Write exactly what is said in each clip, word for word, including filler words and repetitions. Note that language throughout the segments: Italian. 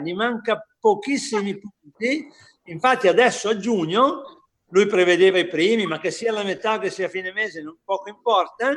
gli manca pochissimi punti, infatti adesso a giugno lui prevedeva i primi, ma che sia la metà che sia fine mese non poco importa,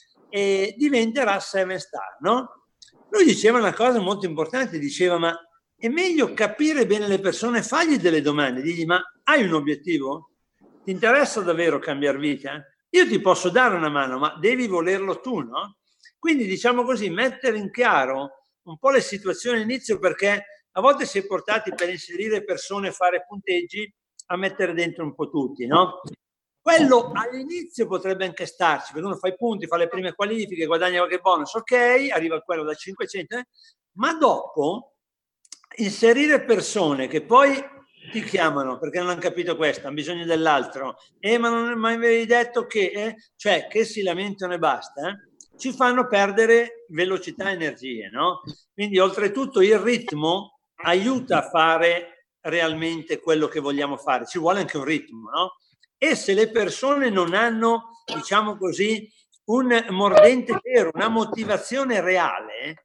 e diventerà seven star, no? Lui diceva una cosa molto importante, diceva ma è meglio capire bene le persone, fagli delle domande, digli ma hai un obiettivo? Ti interessa davvero cambiare vita? Io ti posso dare una mano, ma devi volerlo tu, no? Quindi diciamo così, mettere in chiaro un po' le situazioni all'inizio, perché a volte si è portati per inserire persone e fare punteggi a mettere dentro un po' tutti, no? Quello all'inizio potrebbe anche starci, perché uno fa i punti, fa le prime qualifiche, guadagna qualche bonus, ok, arriva quello da cinquecento, eh? Ma dopo inserire persone che poi ti chiamano perché non hanno capito questo, hanno bisogno dell'altro, eh, ma non mi avevi detto che, eh? Cioè che si lamentano e basta, eh? Ci fanno perdere velocità e energie, no? Quindi oltretutto il ritmo aiuta a fare realmente quello che vogliamo fare, ci vuole anche un ritmo, no? E se le persone non hanno, diciamo così, un mordente vero, una motivazione reale,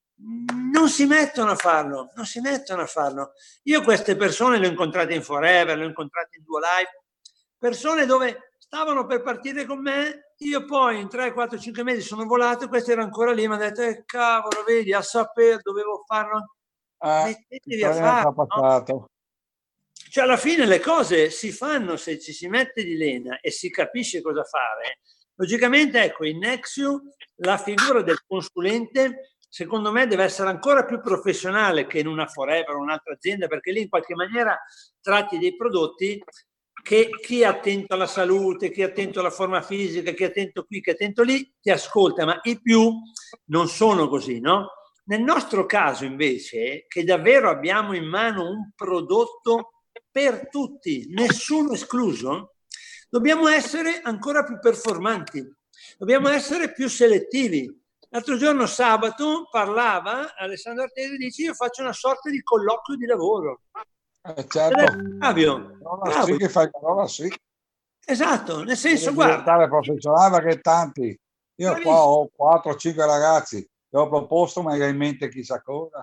non si mettono a farlo, non si mettono a farlo. Io queste persone le ho incontrate in Forever, le ho incontrate in Duo Life, persone dove stavano per partire con me, io poi in tre, quattro, cinque mesi sono volato e questo era ancora lì, mi ha detto, eh, cavolo, vedi, a sapere, dovevo farlo. Ah, mettetevi a farlo, no? Cioè alla fine le cose si fanno se ci si mette di lena e si capisce cosa fare. Logicamente, ecco, in Nexiu la figura del consulente secondo me deve essere ancora più professionale che in una Forever o un'altra azienda, perché lì in qualche maniera tratti dei prodotti che chi è attento alla salute, chi è attento alla forma fisica, chi è attento qui, chi è attento lì, ti ascolta, ma i più non sono così, no? Nel nostro caso invece, che davvero abbiamo in mano un prodotto per tutti, nessuno escluso, dobbiamo essere ancora più performanti, dobbiamo essere più selettivi. L'altro giorno sabato parlava Alessandro Artesi, dice io faccio una sorta di colloquio di lavoro. Eh, certo. Fabio, parola sì che fai parola sì. Esatto, nel senso, devi guarda, diventare professionale perché tanti, io bravissimo. Qua ho quattro cinque ragazzi che ho proposto, ma hai in mente chissà cosa.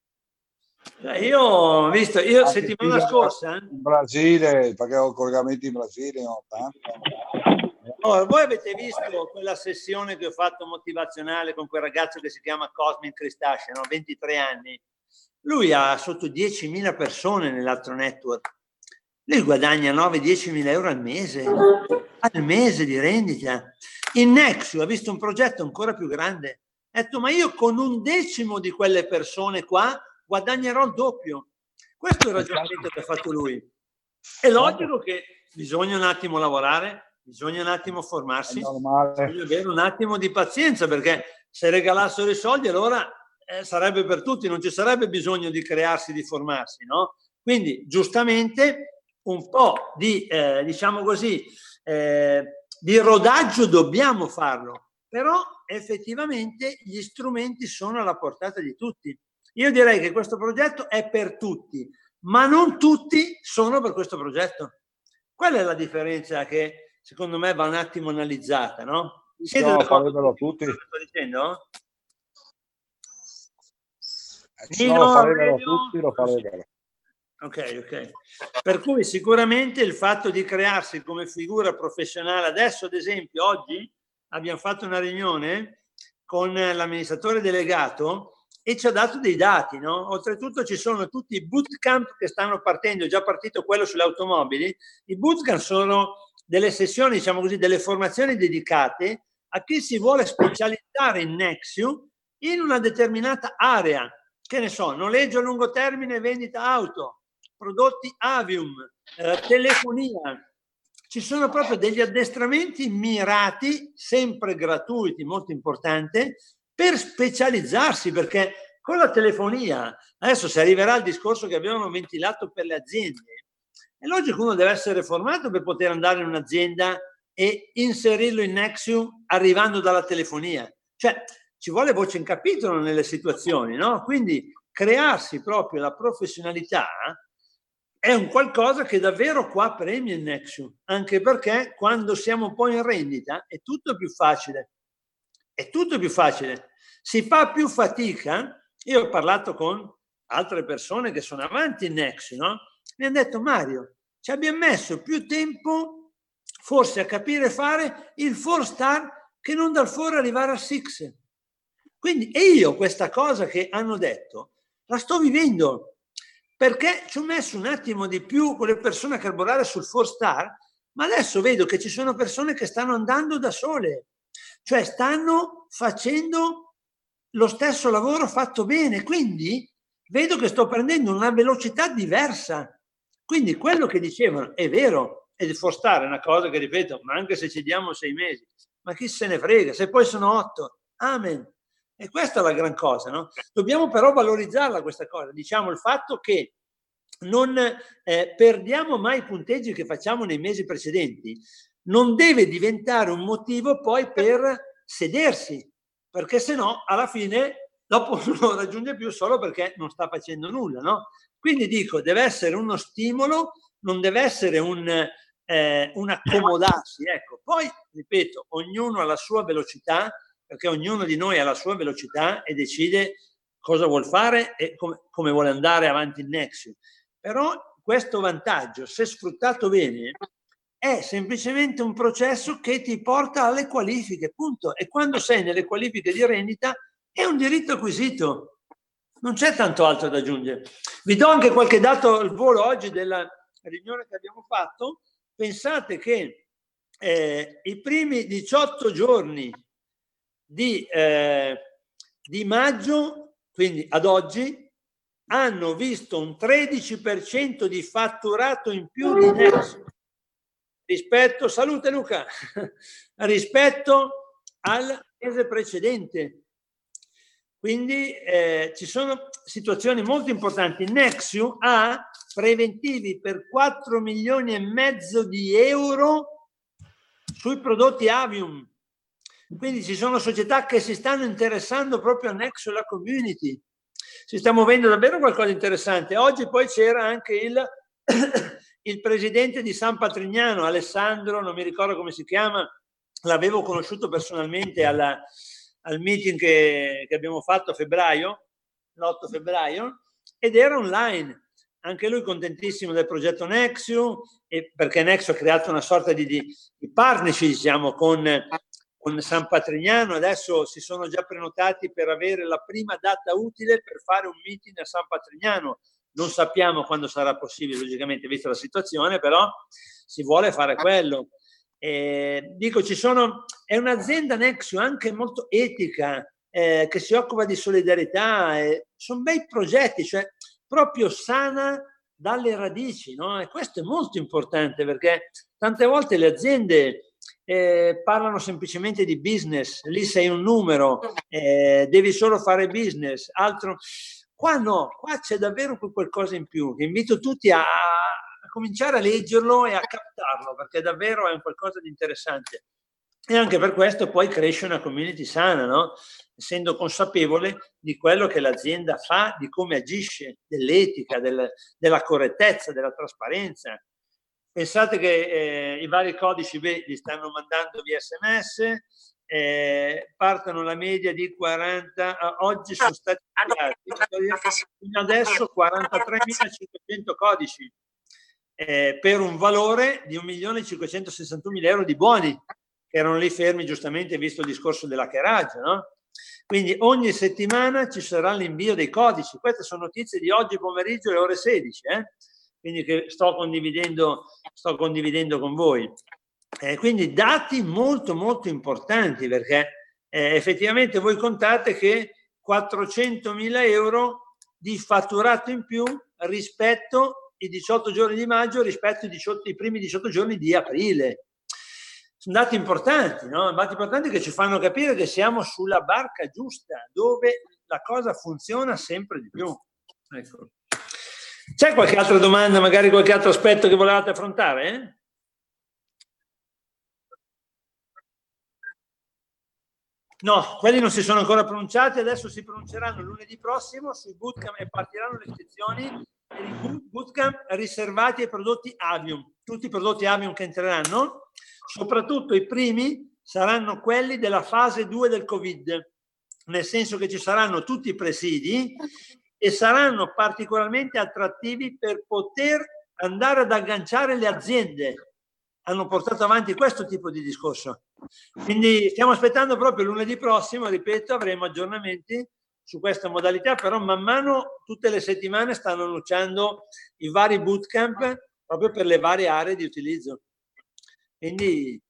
Io ho visto, io Anche settimana scorsa eh? in Brasile, perché ho collegamenti in Brasile, ho tanti. Oh, voi avete visto quella sessione che ho fatto motivazionale con quel ragazzo che si chiama Cosmin Cristacea, no? ventitré anni. Lui ha sotto diecimila persone nell'altro network. Lui guadagna nove dieci mila euro al mese, al mese di rendita. In Nexu ha visto un progetto ancora più grande. Ha detto, ma io con un decimo di quelle persone qua guadagnerò il doppio. Questo è il ragionamento che ha fatto lui. È logico che bisogna un attimo lavorare, bisogna un attimo formarsi, bisogna avere un attimo di pazienza, perché se regalassero i soldi allora eh, sarebbe per tutti, non ci sarebbe bisogno di crearsi, di formarsi, no? Quindi giustamente un po' di, eh, diciamo così, eh, di rodaggio dobbiamo farlo, però effettivamente gli strumenti sono alla portata di tutti. Io direi che questo progetto è per tutti, ma non tutti sono per questo progetto. Quella è la differenza che secondo me va un attimo analizzata, no? Siete no, d'accordo farebbero tutti. Che sto dicendo? Se no, lo farebbero tutti, lo farebbero. Ok, ok. Per cui sicuramente il fatto di crearsi come figura professionale, adesso ad esempio oggi abbiamo fatto una riunione con l'amministratore delegato e ci ha dato dei dati, no? Oltretutto ci sono tutti i bootcamp che stanno partendo, è già partito quello sulle automobili. I bootcamp sono delle sessioni, diciamo così, delle formazioni dedicate a chi si vuole specializzare in Nexiu in una determinata area. Che ne so, noleggio a lungo termine, vendita auto, prodotti Avium, eh, telefonia. Ci sono proprio degli addestramenti mirati, sempre gratuiti, molto importante, per specializzarsi, perché con la telefonia, adesso si arriverà al discorso che abbiamo ventilato per le aziende, è logico che uno deve essere formato per poter andare in un'azienda e inserirlo in Nexiu arrivando dalla telefonia. Cioè, ci vuole voce in capitolo nelle situazioni, no? Quindi crearsi proprio la professionalità è un qualcosa che davvero qua premia il Nexiu, anche perché quando siamo un po' in rendita è tutto più facile, è tutto più facile, si fa più fatica. Io ho parlato con altre persone che sono avanti in Nexio, no? Mi hanno detto: Mario, ci abbiamo messo più tempo forse a capire fare il four star che non dal four arrivare al six. Quindi, e io questa cosa che hanno detto la sto vivendo, perché ci ho messo un attimo di più con le persone a carburare sul four star, ma adesso vedo che ci sono persone che stanno andando da sole, cioè stanno facendo lo stesso lavoro fatto bene, quindi vedo che sto prendendo una velocità diversa. Quindi quello che dicevano è vero, e il four star è una cosa che, ripeto, ma anche se ci diamo sei mesi, ma chi se ne frega, se poi sono otto, amen. E questa è la gran cosa, no? Dobbiamo però valorizzarla questa cosa, diciamo il fatto che non eh, perdiamo mai i punteggi che facciamo nei mesi precedenti, non deve diventare un motivo poi per sedersi, perché se no alla fine dopo non lo raggiunge più solo perché non sta facendo nulla, no? Quindi dico, deve essere uno stimolo, non deve essere un, eh, un accomodarsi, ecco. Poi, ripeto, ognuno ha la sua velocità, perché ognuno di noi ha la sua velocità e decide cosa vuol fare e come, come vuole andare avanti in Nexio. Però questo vantaggio, se sfruttato bene, è semplicemente un processo che ti porta alle qualifiche, punto. E quando sei nelle qualifiche di rendita è un diritto acquisito, non c'è tanto altro da aggiungere. Vi do anche qualche dato al volo oggi della riunione che abbiamo fatto. Pensate che eh, i primi diciotto giorni di, eh, di maggio, quindi ad oggi, hanno visto un tredici per cento di fatturato in più di Nexio rispetto, salute Luca, rispetto al mese precedente. Quindi eh, ci sono situazioni molto importanti. Nexio ha preventivi per quattro milioni e mezzo di euro sui prodotti Avium. Quindi ci sono società che si stanno interessando proprio a Nexio e alla community. Si sta muovendo davvero qualcosa di interessante. Oggi poi c'era anche il, il presidente di San Patrignano, Alessandro, non mi ricordo come si chiama, l'avevo conosciuto personalmente alla, al meeting che, che abbiamo fatto a febbraio, l'otto febbraio, ed era online. Anche lui contentissimo del progetto Nexio, e perché Nexio ha creato una sorta di, di, di partnership, diciamo, con... con San Patrignano. Adesso si sono già prenotati per avere la prima data utile per fare un meeting a San Patrignano. Non sappiamo quando sarà possibile, logicamente, vista la situazione, però si vuole fare quello. Eh, dico, ci sono, è un'azienda Nexio anche molto etica, eh, che si occupa di solidarietà, eh, sono bei progetti, cioè proprio sana dalle radici, no? E questo è molto importante, perché tante volte le aziende Eh, parlano semplicemente di business, lì sei un numero, eh, devi solo fare business, altro. Qua no, qua c'è davvero qualcosa in più. Invito tutti a, a cominciare a leggerlo e a captarlo, perché davvero è un qualcosa di interessante. E anche per questo poi cresce una community sana, no? Essendo consapevole di quello che l'azienda fa, di come agisce, dell'etica, del, della correttezza, della trasparenza. Pensate che eh, i vari codici beh, li stanno mandando via sms, eh, partono la media di quaranta, oggi sono stati fino adesso quarantatremilacinquecento codici, eh, per un valore di un milione cinquecentosessantunomila euro di buoni, che erano lì fermi giustamente visto il discorso dell'hackeraggio, no? Quindi ogni settimana ci sarà l'invio dei codici. Queste sono notizie di oggi pomeriggio alle ore sedici, eh? Quindi che sto condividendo, sto condividendo con voi. Eh, quindi dati molto molto importanti, perché eh, effettivamente voi contate che quattrocentomila euro di fatturato in più rispetto ai diciotto giorni di maggio, rispetto ai, diciotto, ai primi diciotto giorni di aprile. Sono dati importanti, no? Dati importanti che ci fanno capire che siamo sulla barca giusta, dove la cosa funziona sempre di più. Ecco. C'è qualche altra domanda, magari qualche altro aspetto che volevate affrontare? Eh? No, quelli non si sono ancora pronunciati, adesso si pronunceranno lunedì prossimo sui bootcamp e partiranno le iscrizioni per i bootcamp riservati ai prodotti Avium. Tutti i prodotti Avium che entreranno, soprattutto i primi, saranno quelli della fase due del Covid, nel senso che ci saranno tutti i presidi e saranno particolarmente attrattivi per poter andare ad agganciare le aziende. Hanno portato avanti questo tipo di discorso. Quindi stiamo aspettando proprio lunedì prossimo, ripeto, avremo aggiornamenti su questa modalità, però man mano tutte le settimane stanno annunciando i vari bootcamp proprio per le varie aree di utilizzo. Quindi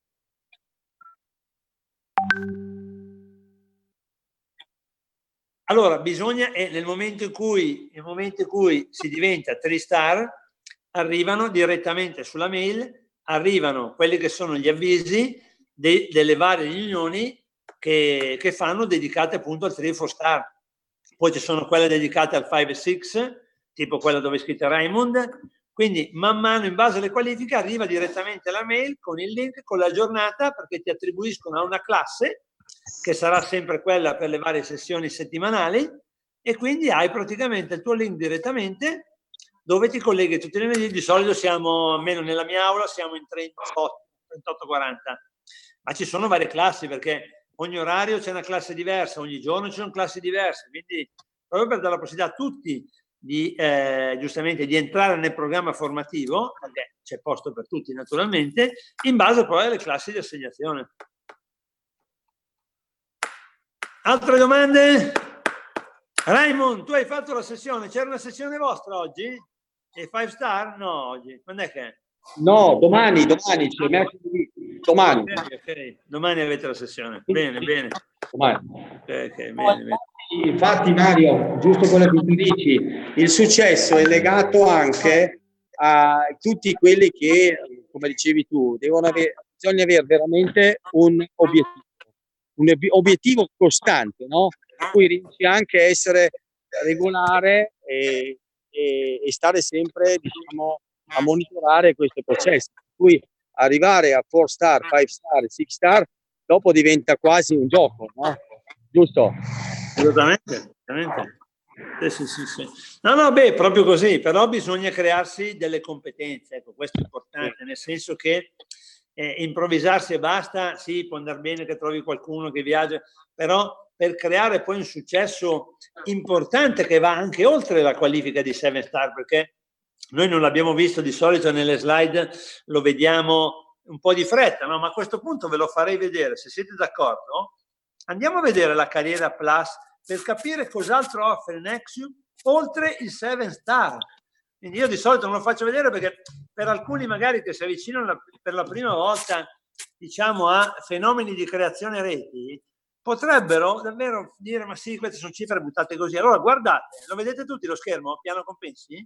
allora bisogna, e nel momento in cui, nel momento in cui si diventa tre star, arrivano direttamente sulla mail, arrivano quelli che sono gli avvisi de, delle varie riunioni che, che fanno dedicate appunto al tre quattro star. Poi ci sono quelle dedicate al cinque e sei, tipo quella dove è scritto Raymond. Quindi man mano in base alle qualifiche arriva direttamente la mail con il link, con la giornata, perché ti attribuiscono a una classe che sarà sempre quella per le varie sessioni settimanali, e quindi hai praticamente il tuo link direttamente dove ti colleghi tutti i lunedì. Di solito siamo, almeno nella mia aula, siamo in trentotto quaranta, ma ci sono varie classi perché ogni orario c'è una classe diversa, ogni giorno ci sono classi diverse, quindi proprio per dare la possibilità a tutti di eh, giustamente di entrare nel programma formativo, perché c'è posto per tutti naturalmente, in base poi alle classi di assegnazione. Altre domande? Raymond, tu hai fatto la sessione, c'era una sessione vostra oggi? E five star? No, oggi. Quando è che è? No, domani, domani, c'è mercoledì. Domani. Okay, ok, domani avete la sessione. Bene, bene. Domani. Okay, okay, bene, bene. Infatti Mario, giusto quello che tu dici, il successo è legato anche a tutti quelli che, come dicevi tu, devono avere, bisogna avere veramente un obiettivo, un obiettivo costante, no? Per cui riesci anche a essere regolare e, e, e stare sempre, diciamo, a monitorare questo processo. Per cui arrivare a four star, five star, six star, dopo diventa quasi un gioco, no? Giusto? Assolutamente, assolutamente. Sì, sì, sì, sì. No, no, beh, proprio così, però bisogna crearsi delle competenze, ecco, questo è importante, nel senso che eh, improvvisarsi e basta, sì, può andare bene che trovi qualcuno che viaggia, però per creare poi un successo importante che va anche oltre la qualifica di seven star, perché noi non l'abbiamo visto di solito nelle slide, lo vediamo un po' di fretta, no? Ma a questo punto ve lo farei vedere, se siete d'accordo. Andiamo a vedere la carriera plus per capire cos'altro offre Nexium oltre il seven star. Quindi io di solito non lo faccio vedere perché per alcuni magari che si avvicinano per la prima volta, diciamo, a fenomeni di creazione reti, potrebbero davvero dire ma sì, queste sono cifre buttate così. Allora guardate, lo vedete tutti lo schermo, piano compensi?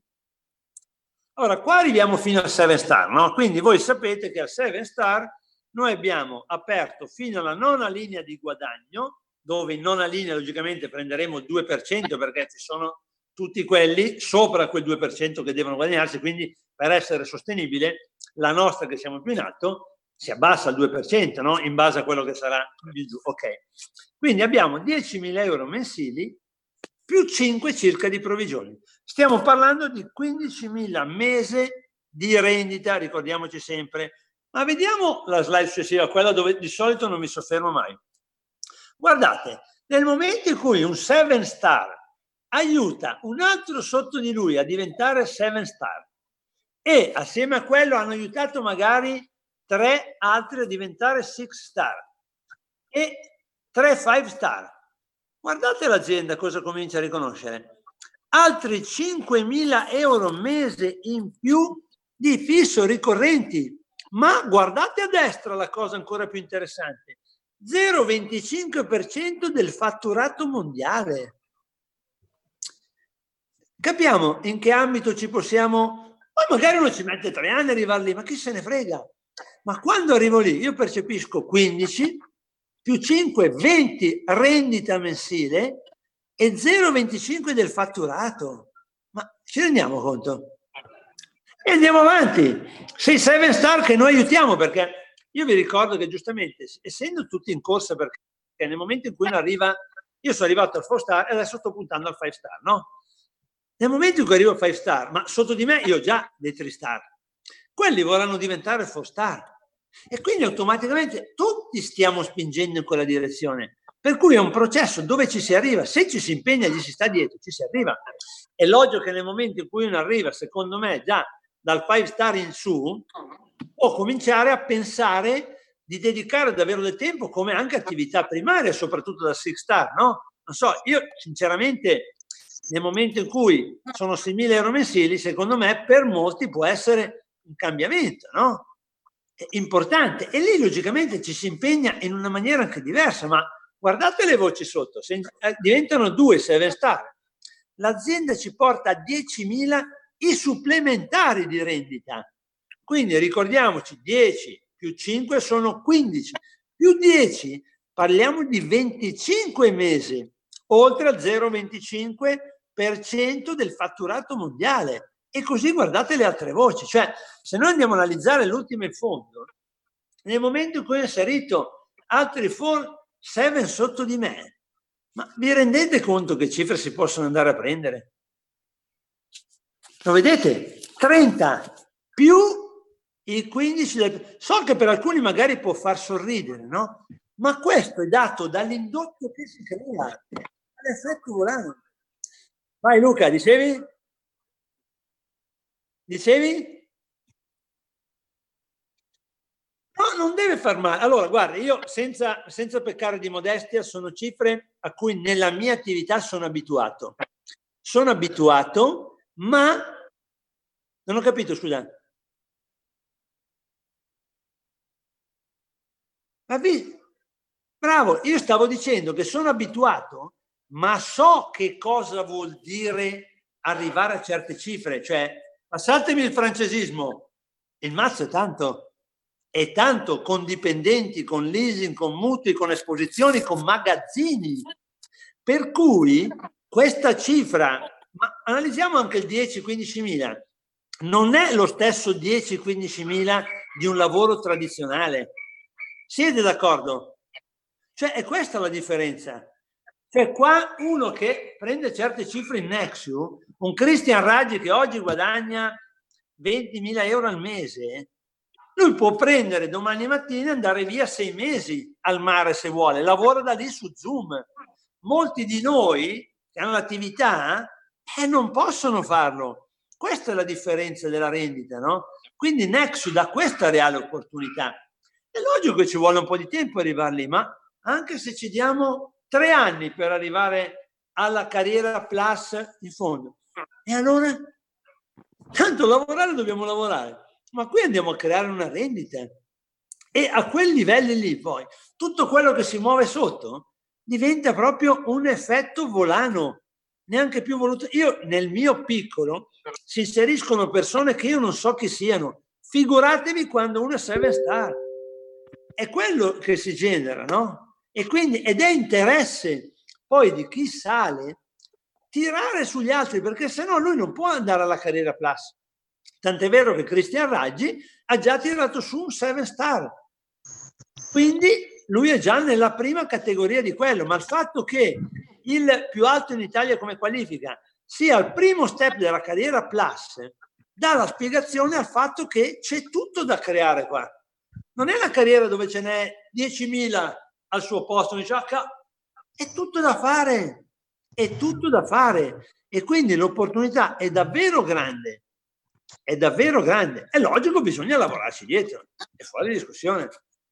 Ora qua arriviamo fino al seven star, no? Quindi voi sapete che al seven star noi abbiamo aperto fino alla nona linea di guadagno, dove in nona linea logicamente prenderemo il due per cento perché ci sono tutti quelli sopra quel due per cento che devono guadagnarsi, quindi per essere sostenibile la nostra che siamo più in alto si abbassa al due per cento, no? In base a quello che sarà il giù. Ok. Quindi abbiamo diecimila euro mensili più cinque circa di provvigioni. Stiamo parlando di quindicimila mese di rendita, ricordiamoci sempre. Ma vediamo la slide successiva, quella dove di solito non mi soffermo mai. Guardate, nel momento in cui un seven star aiuta un altro sotto di lui a diventare seven star e assieme a quello hanno aiutato magari tre altri a diventare six star e tre five star, guardate l'azienda cosa comincia a riconoscere. Altri cinquemila euro mese in più di fisso ricorrenti. Ma guardate a destra la cosa ancora più interessante, zero virgola venticinque per cento del fatturato mondiale. Capiamo in che ambito ci possiamo, poi magari uno ci mette tre anni a arrivare lì, ma chi se ne frega? Ma quando arrivo lì io percepisco quindici più cinque, venti rendita mensile e zero virgola venticinque del fatturato. Ma ci rendiamo conto? E andiamo avanti. Sei seven star che noi aiutiamo, perché io vi ricordo che giustamente, essendo tutti in corsa, perché nel momento in cui uno arriva, io sono arrivato al four star e adesso sto puntando al five star, no? Nel momento in cui arrivo al five star, ma sotto di me io ho già dei three star, quelli vorranno diventare four star e quindi automaticamente tutti stiamo spingendo in quella direzione. Per cui è un processo dove ci si arriva, se ci si impegna e gli si sta dietro, ci si arriva. È logico che nel momento in cui uno arriva, secondo me, già dal five star in su, può cominciare a pensare di dedicare davvero del tempo come anche attività primaria, soprattutto da six star, no? Non so, io sinceramente nel momento in cui sono seimila euro mensili, secondo me per molti può essere un cambiamento, no? È importante. E lì logicamente ci si impegna in una maniera anche diversa, ma guardate le voci sotto, se diventano due seven star, l'azienda ci porta a diecimila i supplementari di rendita. Quindi ricordiamoci, dieci più cinque sono quindici, più dieci parliamo di venticinque mesi, oltre al zero virgola venticinque per cento del fatturato mondiale. E così guardate le altre voci. Cioè, se noi andiamo a analizzare l'ultimo fondo, nel momento in cui è inserito altri fondi, seven sotto di me, ma vi rendete conto che cifre si possono andare a prendere? Lo vedete? trenta più i quindici del... So che per alcuni magari può far sorridere, no? Ma questo è dato dall'indotto che si crea, all'effetto volano. Vai Luca, dicevi? Dicevi? No, non deve far male. Allora, guarda, io senza, senza peccare di modestia, sono cifre a cui nella mia attività sono abituato. Sono abituato, ma non ho capito, scusa. Ma vi... Bravo, io stavo dicendo che sono abituato, ma so che cosa vuol dire arrivare a certe cifre. Cioè, passatemi il francesismo, il mazzo è tanto. E tanto con dipendenti, con leasing, con mutui, con esposizioni, con magazzini. Per cui questa cifra, ma analizziamo anche il dieci quindici mila, non è lo stesso dieci quindici mila di un lavoro tradizionale. Siete d'accordo? Cioè è questa la differenza. Cioè qua uno che prende certe cifre in Nexu, un Christian Raggi che oggi guadagna ventimila euro al mese, lui può prendere domani mattina e andare via sei mesi al mare se vuole, lavora da lì su Zoom. Molti di noi che hanno l'attività eh, non possono farlo. Questa è la differenza della rendita, no? Quindi Nexu dà questa reale opportunità. È logico che ci vuole un po' di tempo arrivare lì, ma anche se ci diamo tre anni per arrivare alla carriera plus in fondo, e allora tanto lavorare dobbiamo lavorare. Ma qui andiamo a creare una rendita e a quei livelli lì poi tutto quello che si muove sotto diventa proprio un effetto volano, neanche più voluto. Io nel mio piccolo si inseriscono persone che io non so chi siano, figuratevi quando uno è seven star, è quello che si genera, no? E quindi ed è interesse poi di chi sale tirare sugli altri, perché sennò lui non può andare alla carriera plus. Tant'è vero che Christian Raggi ha già tirato su un seven star, quindi lui è già nella prima categoria di quello. Ma il fatto che il più alto in Italia come qualifica sia il primo step della carriera plus dà la spiegazione al fatto che c'è tutto da creare qua. Non è una carriera dove ce n'è diecimila al suo posto, dice, è tutto da fare, è tutto da fare, e quindi l'opportunità è davvero grande. È davvero grande. È logico, bisogna lavorarci dietro, è fuori discussione.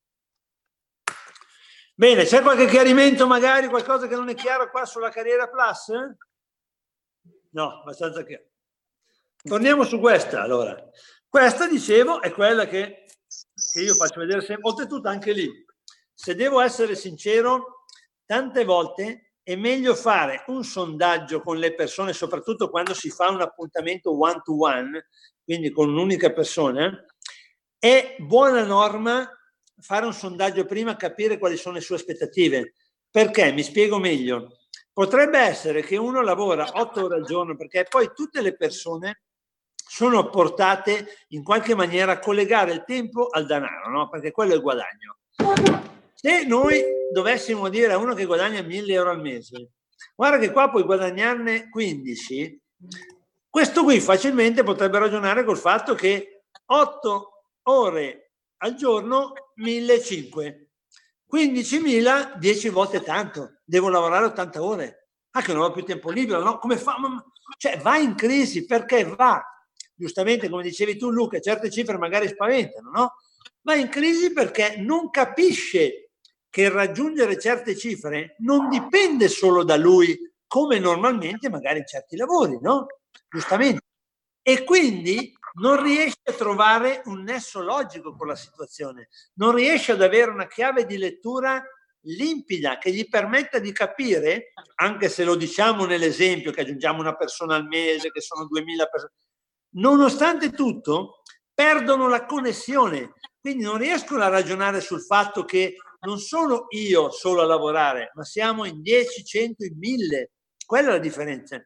Bene, c'è qualche chiarimento, magari qualcosa che non è chiaro qua sulla carriera plus? No, abbastanza chiaro. Torniamo su questa allora. Questa, dicevo, è quella che, che io faccio vedere sempre. Oltretutto anche lì, se devo essere sincero, tante volte è meglio fare un sondaggio con le persone, soprattutto quando si fa un appuntamento one to one, quindi con un'unica persona. È buona norma fare un sondaggio prima, capire quali sono le sue aspettative. Perché? Mi spiego meglio. Potrebbe essere che uno lavora otto ore al giorno, perché poi tutte le persone sono portate in qualche maniera a collegare il tempo al denaro, no? Perché quello è il guadagno. Se noi dovessimo dire a uno che guadagna mille euro al mese, guarda che qua puoi guadagnarne quindici, questo qui facilmente potrebbe ragionare col fatto che otto ore al giorno, millecinquecento. quindicimila, dieci volte tanto, devo lavorare ottanta ore, ah che non ho più tempo libero, no? Come fa? Cioè va in crisi perché va, giustamente come dicevi tu Luca, certe cifre magari spaventano, no? Va in crisi perché non capisce che raggiungere certe cifre non dipende solo da lui, come normalmente magari in certi lavori, no? Giustamente. E quindi non riesce a trovare un nesso logico con la situazione, non riesce ad avere una chiave di lettura limpida che gli permetta di capire, anche se lo diciamo nell'esempio che aggiungiamo una persona al mese, che sono duemila persone, nonostante tutto perdono la connessione, quindi non riescono a ragionare sul fatto che non sono io solo a lavorare, ma siamo in dieci, cento, in mille, quella è la differenza.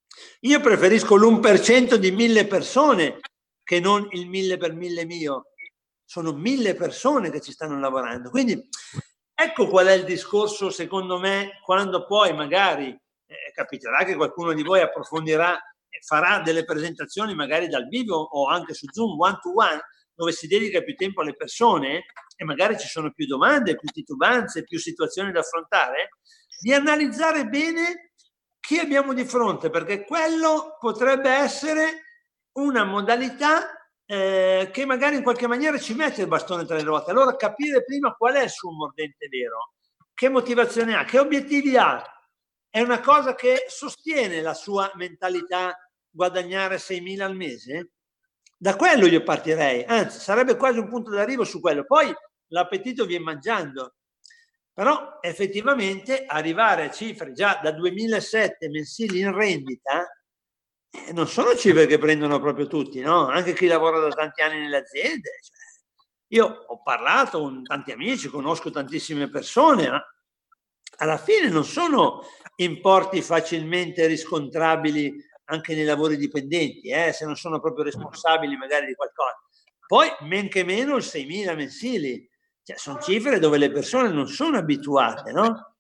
Io preferisco l'uno per cento di mille persone che non il mille per mille mio. Sono mille persone che ci stanno lavorando. Quindi ecco qual è il discorso, secondo me, quando poi magari eh, capiterà che qualcuno di voi approfondirà e farà delle presentazioni magari dal vivo o anche su Zoom one to one, dove si dedica più tempo alle persone e magari ci sono più domande, più titubanze, più situazioni da affrontare, di analizzare bene chi abbiamo di fronte, perché quello potrebbe essere una modalità eh, che magari in qualche maniera ci mette il bastone tra le ruote. Allora capire prima qual è il suo mordente vero, che motivazione ha, che obiettivi ha. È una cosa che sostiene la sua mentalità guadagnare seimila al mese? Da quello io partirei, anzi sarebbe quasi un punto d'arrivo su quello. Poi l'appetito viene mangiando. Però effettivamente arrivare a cifre già da duemilasette mensili in rendita eh, non sono cifre che prendono proprio tutti, no? Anche chi lavora da tanti anni nelle aziende. Cioè, io ho parlato con tanti amici, conosco tantissime persone, ma alla fine non sono importi facilmente riscontrabili anche nei lavori dipendenti, eh, se non sono proprio responsabili magari di qualcosa. Poi men che meno il seimila mensili. Cioè, sono cifre dove le persone non sono abituate, no?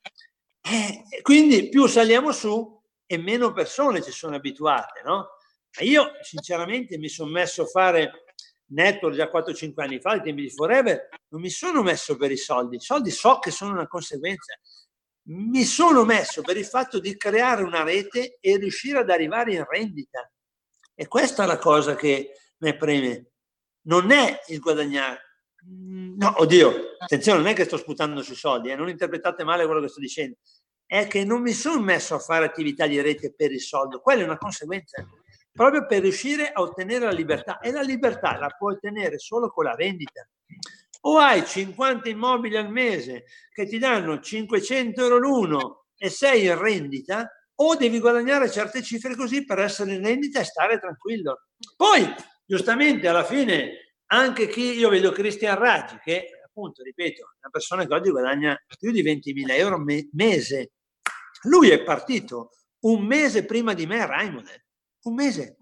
Eh, quindi più saliamo su e meno persone ci sono abituate, no? Ma io sinceramente mi sono messo a fare network già quattro cinque anni fa, ai tempi di Forever, non mi sono messo per i soldi, i soldi so che sono una conseguenza, mi sono messo per il fatto di creare una rete e riuscire ad arrivare in rendita. E questa è la cosa che mi preme, non è il guadagnare. No, oddio, attenzione, non è che sto sputando sui soldi, eh, non interpretate male quello che sto dicendo, è che non mi sono messo a fare attività di rete per il soldo, quella è una conseguenza, proprio per riuscire a ottenere la libertà, e la libertà la puoi ottenere solo con la rendita. O hai cinquanta immobili al mese che ti danno cinquecento euro l'uno e sei in rendita, o devi guadagnare certe cifre così per essere in rendita e stare tranquillo. Poi, giustamente, alla fine anche chi, io vedo Cristian Raggi, che appunto, ripeto, è una persona che oggi guadagna più di ventimila euro me- mese. Lui è partito un mese prima di me, Raimond, un mese.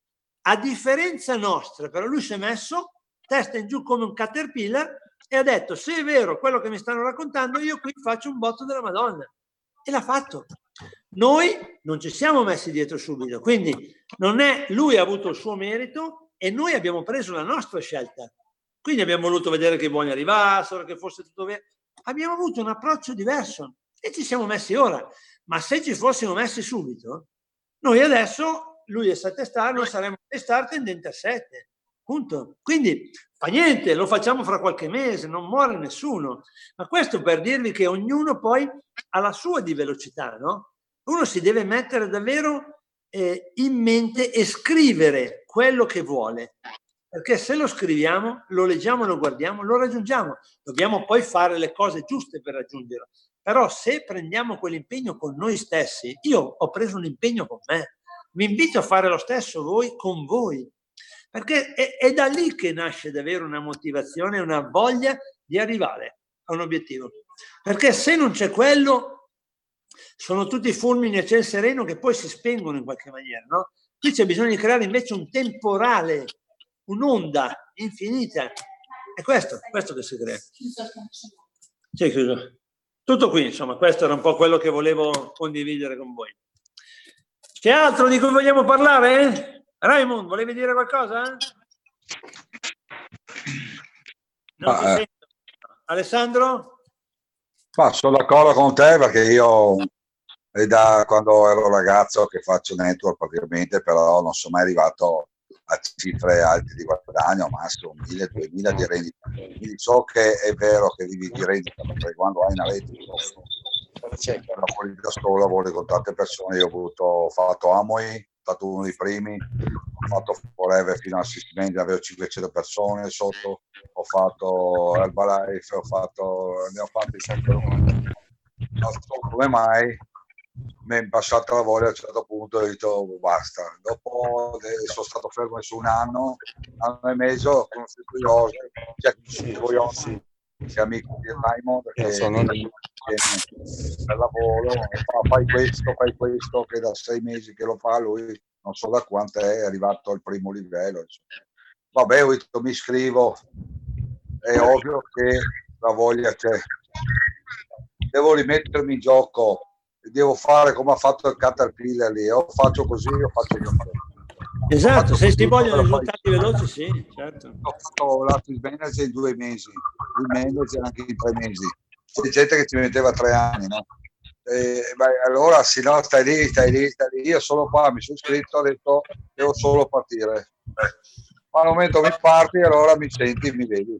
A differenza nostra, però lui si è messo testa in giù come un caterpillar e ha detto, se è vero quello che mi stanno raccontando, io qui faccio un botto della Madonna. E l'ha fatto. Noi non ci siamo messi dietro subito, quindi non è, lui ha avuto il suo merito, e noi abbiamo preso la nostra scelta, quindi abbiamo voluto vedere che i buoni arrivassero, che fosse tutto bene, abbiamo avuto un approccio diverso e ci siamo messi ora, ma se ci fossimo messi subito, noi adesso, lui è sette star, noi saremmo sei star tendente a sette, punto. Quindi fa niente, lo facciamo fra qualche mese, non muore nessuno, ma questo per dirvi che ognuno poi ha la sua di velocità, no? Uno si deve mettere davvero Eh, in mente e scrivere quello che vuole, perché se lo scriviamo, lo leggiamo, lo guardiamo, lo raggiungiamo. Dobbiamo poi fare le cose giuste per raggiungerlo, però se prendiamo quell'impegno con noi stessi, io ho preso un impegno con me, vi invito a fare lo stesso voi con voi, perché è, è da lì che nasce davvero una motivazione, una voglia di arrivare a un obiettivo, perché se non c'è quello sono tutti fulmini a ciel sereno che poi si spengono in qualche maniera, no? Qui c'è bisogno di creare invece un temporale, un'onda infinita. È questo, questo che si crea. Sì, chiuso. Tutto qui, insomma, questo era un po' quello che volevo condividere con voi. C'è altro di cui vogliamo parlare? Raimond, volevi dire qualcosa? Non ti sento. Alessandro? Ma sono d'accordo con te perché io è da quando ero ragazzo che faccio network praticamente, però non sono mai arrivato a cifre alte di guadagno, massimo mille, duemila di rendita. Quindi so che è vero che vivi di rendita, perché quando hai una rete lavori da solo, lavori con tante persone. Io ho, avuto, ho fatto Amway, stato uno dei primi, ho fatto Forever fino all'assistimento, avevo cinquecento persone sotto, ho fatto Herbalife, ho fatto, ne ho fatti sempre. Non so come mai mi è passata la voglia a un certo punto, ho detto basta. Dopo eh, sono stato fermo su un anno, anno e mezzo, ho conosciuto Joseph, cioè conosciuto Joseph, che è amico di Raymond, che sono per lavoro, fa, fai questo, fai questo, che da sei mesi che lo fa lui, non so da quanto è arrivato al primo livello. Insomma. Vabbè, ho detto, mi iscrivo, è ovvio che la voglia c'è. Devo rimettermi in gioco, devo fare come ha fatto il Caterpillar lì, o faccio così o faccio niente. Esatto, se si vogliono risultati veloci, sì, certo. Ho fatto l'Artist Manager in due mesi, il manager anche in tre mesi. C'è gente che ci metteva tre anni, no? E, beh, allora sì, no, stai lì, stai lì, stai lì. Io sono qua, mi sono iscritto, ho detto devo solo partire. Ma al momento mi parti, allora mi senti, mi vedi.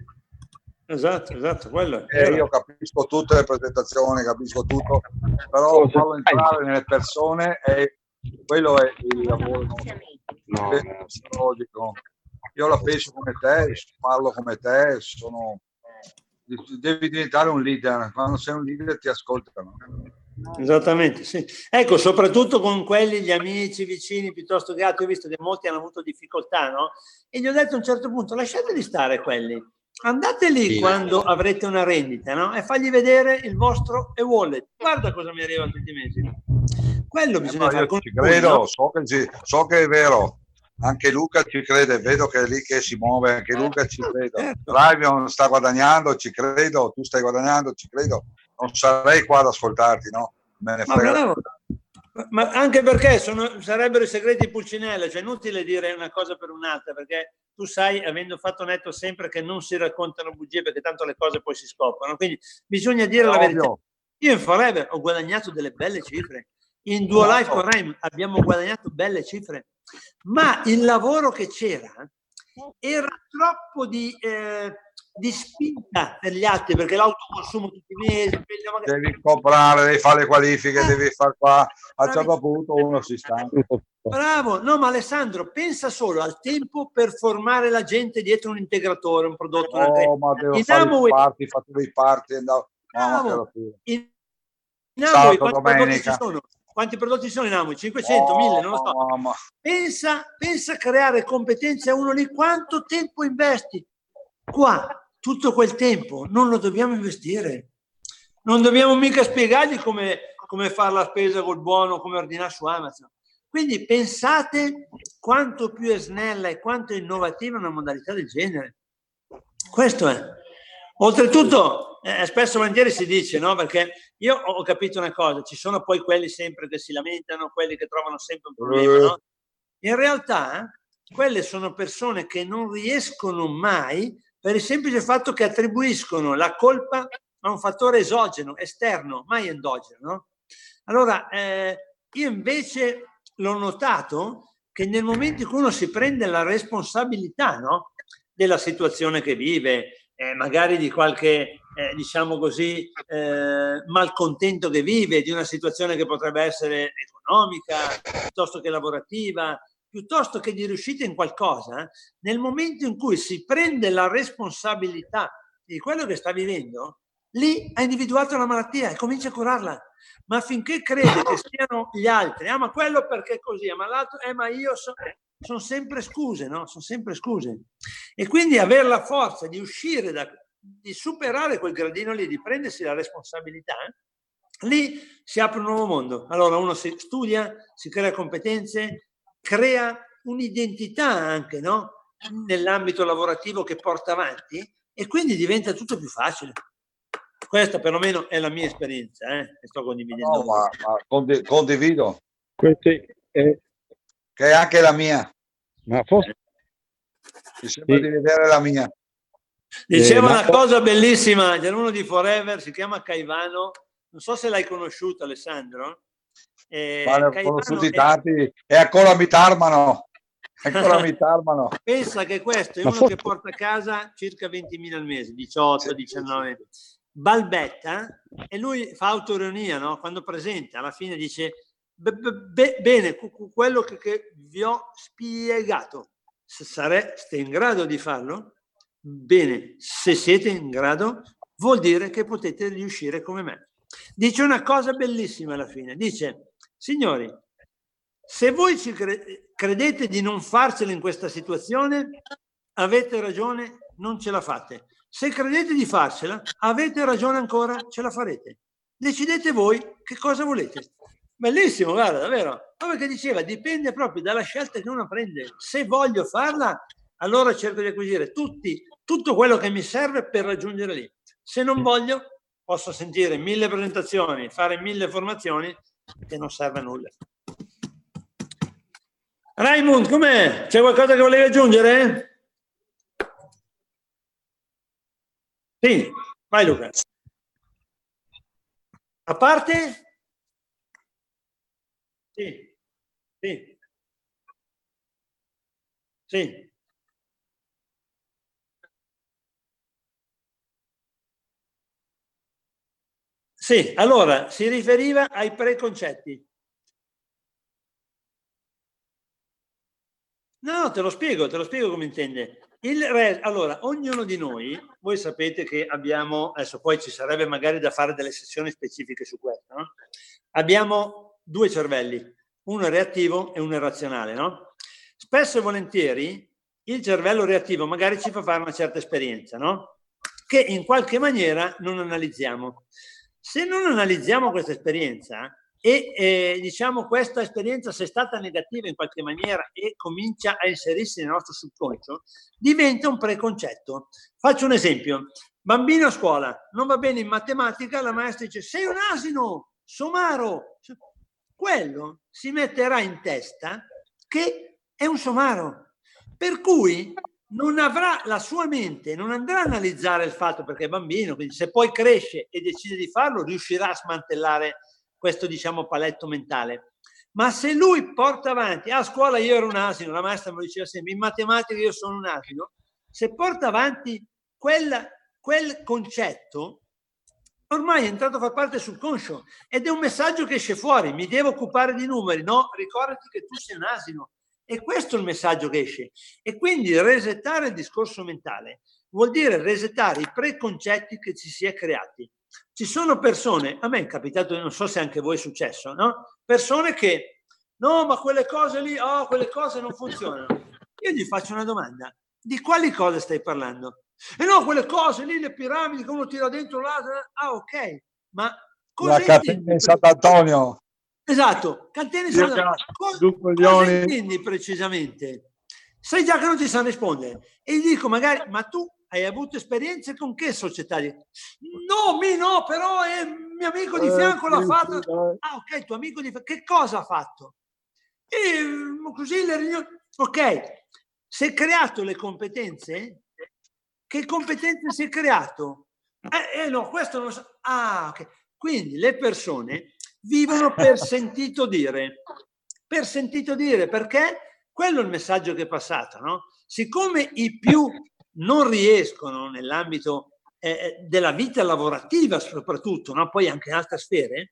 Esatto, esatto, quello eh, io capisco tutte le presentazioni, capisco tutto, però farlo entrare nelle persone e quello è il lavoro no, psicologico. Io la penso come te, parlo come te, sono devi diventare un leader, quando sei un leader ti ascoltano. Esattamente, sì. Ecco, soprattutto con quelli, gli amici vicini piuttosto che altri, ho visto che molti hanno avuto difficoltà, no? E gli ho detto a un certo punto, lasciateli stare quelli, andate lì sì. Quando avrete una rendita, no? E fagli vedere il vostro e-wallet, guarda cosa mi arriva tutti i mesi. Quello bisogna eh, fare con ci credo, no? so, che ci, so che è vero, anche Luca ci crede, vedo che è lì che si muove, anche Luca ci crede. Certo. Raimion sta guadagnando, ci credo, tu stai guadagnando, ci credo. Non sarei qua ad ascoltarti, no? Me ne frega. Ma, ma anche perché sono, sarebbero i segreti di Pulcinella, cioè inutile dire una cosa per un'altra, perché tu sai, avendo fatto netto sempre, che non si raccontano bugie, perché tanto le cose poi si scoprono, quindi bisogna dire la verità. Io in Forever ho guadagnato delle belle cifre, in Duo Life con Raim abbiamo guadagnato belle cifre, ma il lavoro che c'era era troppo di... Eh, di spinta per gli altri, perché l'autoconsumo tutti i mesi devi comprare, devi fare le qualifiche, eh, devi fare qua, a un certo punto uno si sta. Bravo, no, ma Alessandro, pensa solo al tempo per formare la gente dietro un integratore, un prodotto. Oh, ma devo in fare Amway... i parti, fatto dei parti, andavo... Mamma che in, in Amway quanti prodotti ci sono? Quanti prodotti ci sono in Amway? cinquecento, mille, non lo so. Mamma. Pensa, pensa a creare competenze a uno lì, quanto tempo investi? Qua tutto quel tempo non lo dobbiamo investire, non dobbiamo mica spiegargli come, come fare la spesa col buono, come ordinare su Amazon. Quindi pensate quanto più è snella e quanto è innovativa una modalità del genere. Questo è. Oltretutto, eh, spesso e volentieri si dice, no? Perché io ho capito una cosa, ci sono poi quelli sempre che si lamentano, quelli che trovano sempre un problema, no? In realtà, eh, quelle sono persone che non riescono mai, per il semplice fatto che attribuiscono la colpa a un fattore esogeno, esterno, mai endogeno. No? Allora, eh, io invece l'ho notato che nel momento in cui uno si prende la responsabilità, no? Della situazione che vive, eh, magari di qualche, eh, diciamo così, eh, malcontento che vive, di una situazione che potrebbe essere economica, piuttosto che lavorativa, piuttosto che di riuscita in qualcosa, eh, nel momento in cui si prende la responsabilità di quello che sta vivendo, lì ha individuato la malattia e comincia a curarla. Ma finché crede che siano gli altri, ah ma quello perché è così, ma l'altro, eh ma io so, sono sempre scuse, no? Sono sempre scuse. E quindi avere la forza di uscire, da, di superare quel gradino lì, di prendersi la responsabilità, eh, lì si apre un nuovo mondo. Allora uno si studia, si crea competenze, crea un'identità anche, no? Nell'ambito lavorativo che porta avanti e quindi diventa tutto più facile. Questa perlomeno è la mia esperienza, eh? Che sto condividendo. No, ma, ma condi- condivido. Questi, eh, che è anche la mia. Ma forse mi sembra sì. di vedere la mia. Diceva Eh, una no. cosa bellissima, c'era uno di Forever, si chiama Caivano, non so se l'hai conosciuto Alessandro. Eh, Ma ne ho Caivano conosciuti è- tanti e ancora mi tarmano. Ancora mi tarmano. pensa che questo è Ma uno forse- che porta a casa circa ventimila al mese, diciotto, Sì, diciannove. Balbetta e lui fa autoironia, no? Quando presenta, alla fine dice "Be- be- be- bene, cu- cu- quello che, che vi ho spiegato, se sareste in grado di farlo, bene, se siete in grado, vuol dire che potete riuscire come me." Dice una cosa bellissima alla fine, dice, signori, se voi ci cre- credete di non farcela in questa situazione, avete ragione, non ce la fate. Se credete di farcela, avete ragione ancora, ce la farete. Decidete voi che cosa volete. Bellissimo, guarda, davvero. Come che diceva, dipende proprio dalla scelta che uno prende. Se voglio farla, allora cerco di acquisire tutti, tutto quello che mi serve per raggiungere lì. Se non voglio, posso sentire mille presentazioni, fare mille formazioni che non serve a nulla. Raimund, com'è? C'è qualcosa che volevi aggiungere? Sì, vai Luca. A parte? Sì, sì, sì. Sì, allora si riferiva ai preconcetti. No, te lo spiego, te lo spiego come intende. Il re, allora, ognuno di noi, voi sapete che abbiamo, adesso poi ci sarebbe magari da fare delle sessioni specifiche su questo, no? Abbiamo due cervelli, uno è reattivo e uno è razionale, no? Spesso e volentieri il cervello reattivo magari ci fa fare una certa esperienza, no? Che in qualche maniera non analizziamo. Se non analizziamo questa esperienza, e eh, diciamo questa esperienza, se è stata negativa in qualche maniera e comincia a inserirsi nel nostro subconscio, diventa un preconcetto. Faccio un esempio: bambino a scuola non va bene in matematica, la maestra dice sei un asino, somaro. Quello si metterà in testa che è un somaro, per cui non avrà la sua mente, non andrà a analizzare il fatto perché è bambino, quindi se poi cresce e decide di farlo riuscirà a smantellare questo, diciamo, paletto mentale. Ma se lui porta avanti, a scuola io ero un asino, la maestra me lo diceva sempre, in matematica io sono un asino, se porta avanti quel, quel concetto, ormai è entrato a far parte del subconscio ed è un messaggio che esce fuori, mi devo occupare di numeri, no, ricordati che tu sei un asino. E questo è il messaggio che esce. E quindi resettare il discorso mentale vuol dire resettare i preconcetti che ci si è creati. Ci sono persone, a me è capitato, non so se anche a voi è successo, no? Persone che, no, ma quelle cose lì, oh, quelle cose non funzionano. Io gli faccio una domanda, di quali cose stai parlando? E no, quelle cose lì, le piramidi che uno tira dentro l'altro, ah ok, ma cosa La catena di Sant'Antonio. Esatto, catene sono... cosa, cosa intendi precisamente? Sai già che non ti sanno rispondere e gli dico magari, ma tu hai avuto esperienze con che società? No, mi no, però è mio amico di fianco l'ha fatto. Ah ok, tuo amico di fianco, che cosa ha fatto? E così le riunioni... Ok, si è creato le competenze? Che competenze si è creato? Eh, eh no, questo non lo so. Ah ok, quindi le persone vivono per sentito dire, per sentito dire, perché quello è il messaggio che è passato, no? Siccome i più non riescono nell'ambito eh, della vita lavorativa soprattutto, no? Poi anche in altre sfere,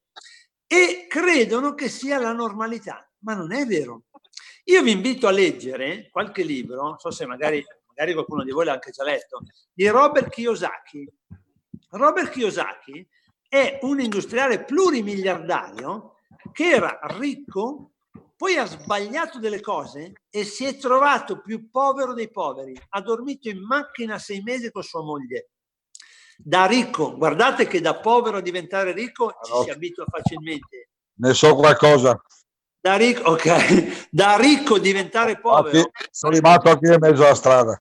e credono che sia la normalità, ma non è vero. Io vi invito a leggere qualche libro, non so se magari, magari qualcuno di voi l'ha anche già letto, di Robert Kiyosaki. Robert Kiyosaki è un industriale plurimiliardario che era ricco, poi ha sbagliato delle cose e si è trovato più povero dei poveri. Ha dormito in macchina sei mesi con sua moglie. Da ricco, guardate che da povero a diventare ricco ci si abitua facilmente. Ne so qualcosa. Da ricco, ok, da ricco diventare povero. Anche, sono rimasto anche in mezzo alla strada.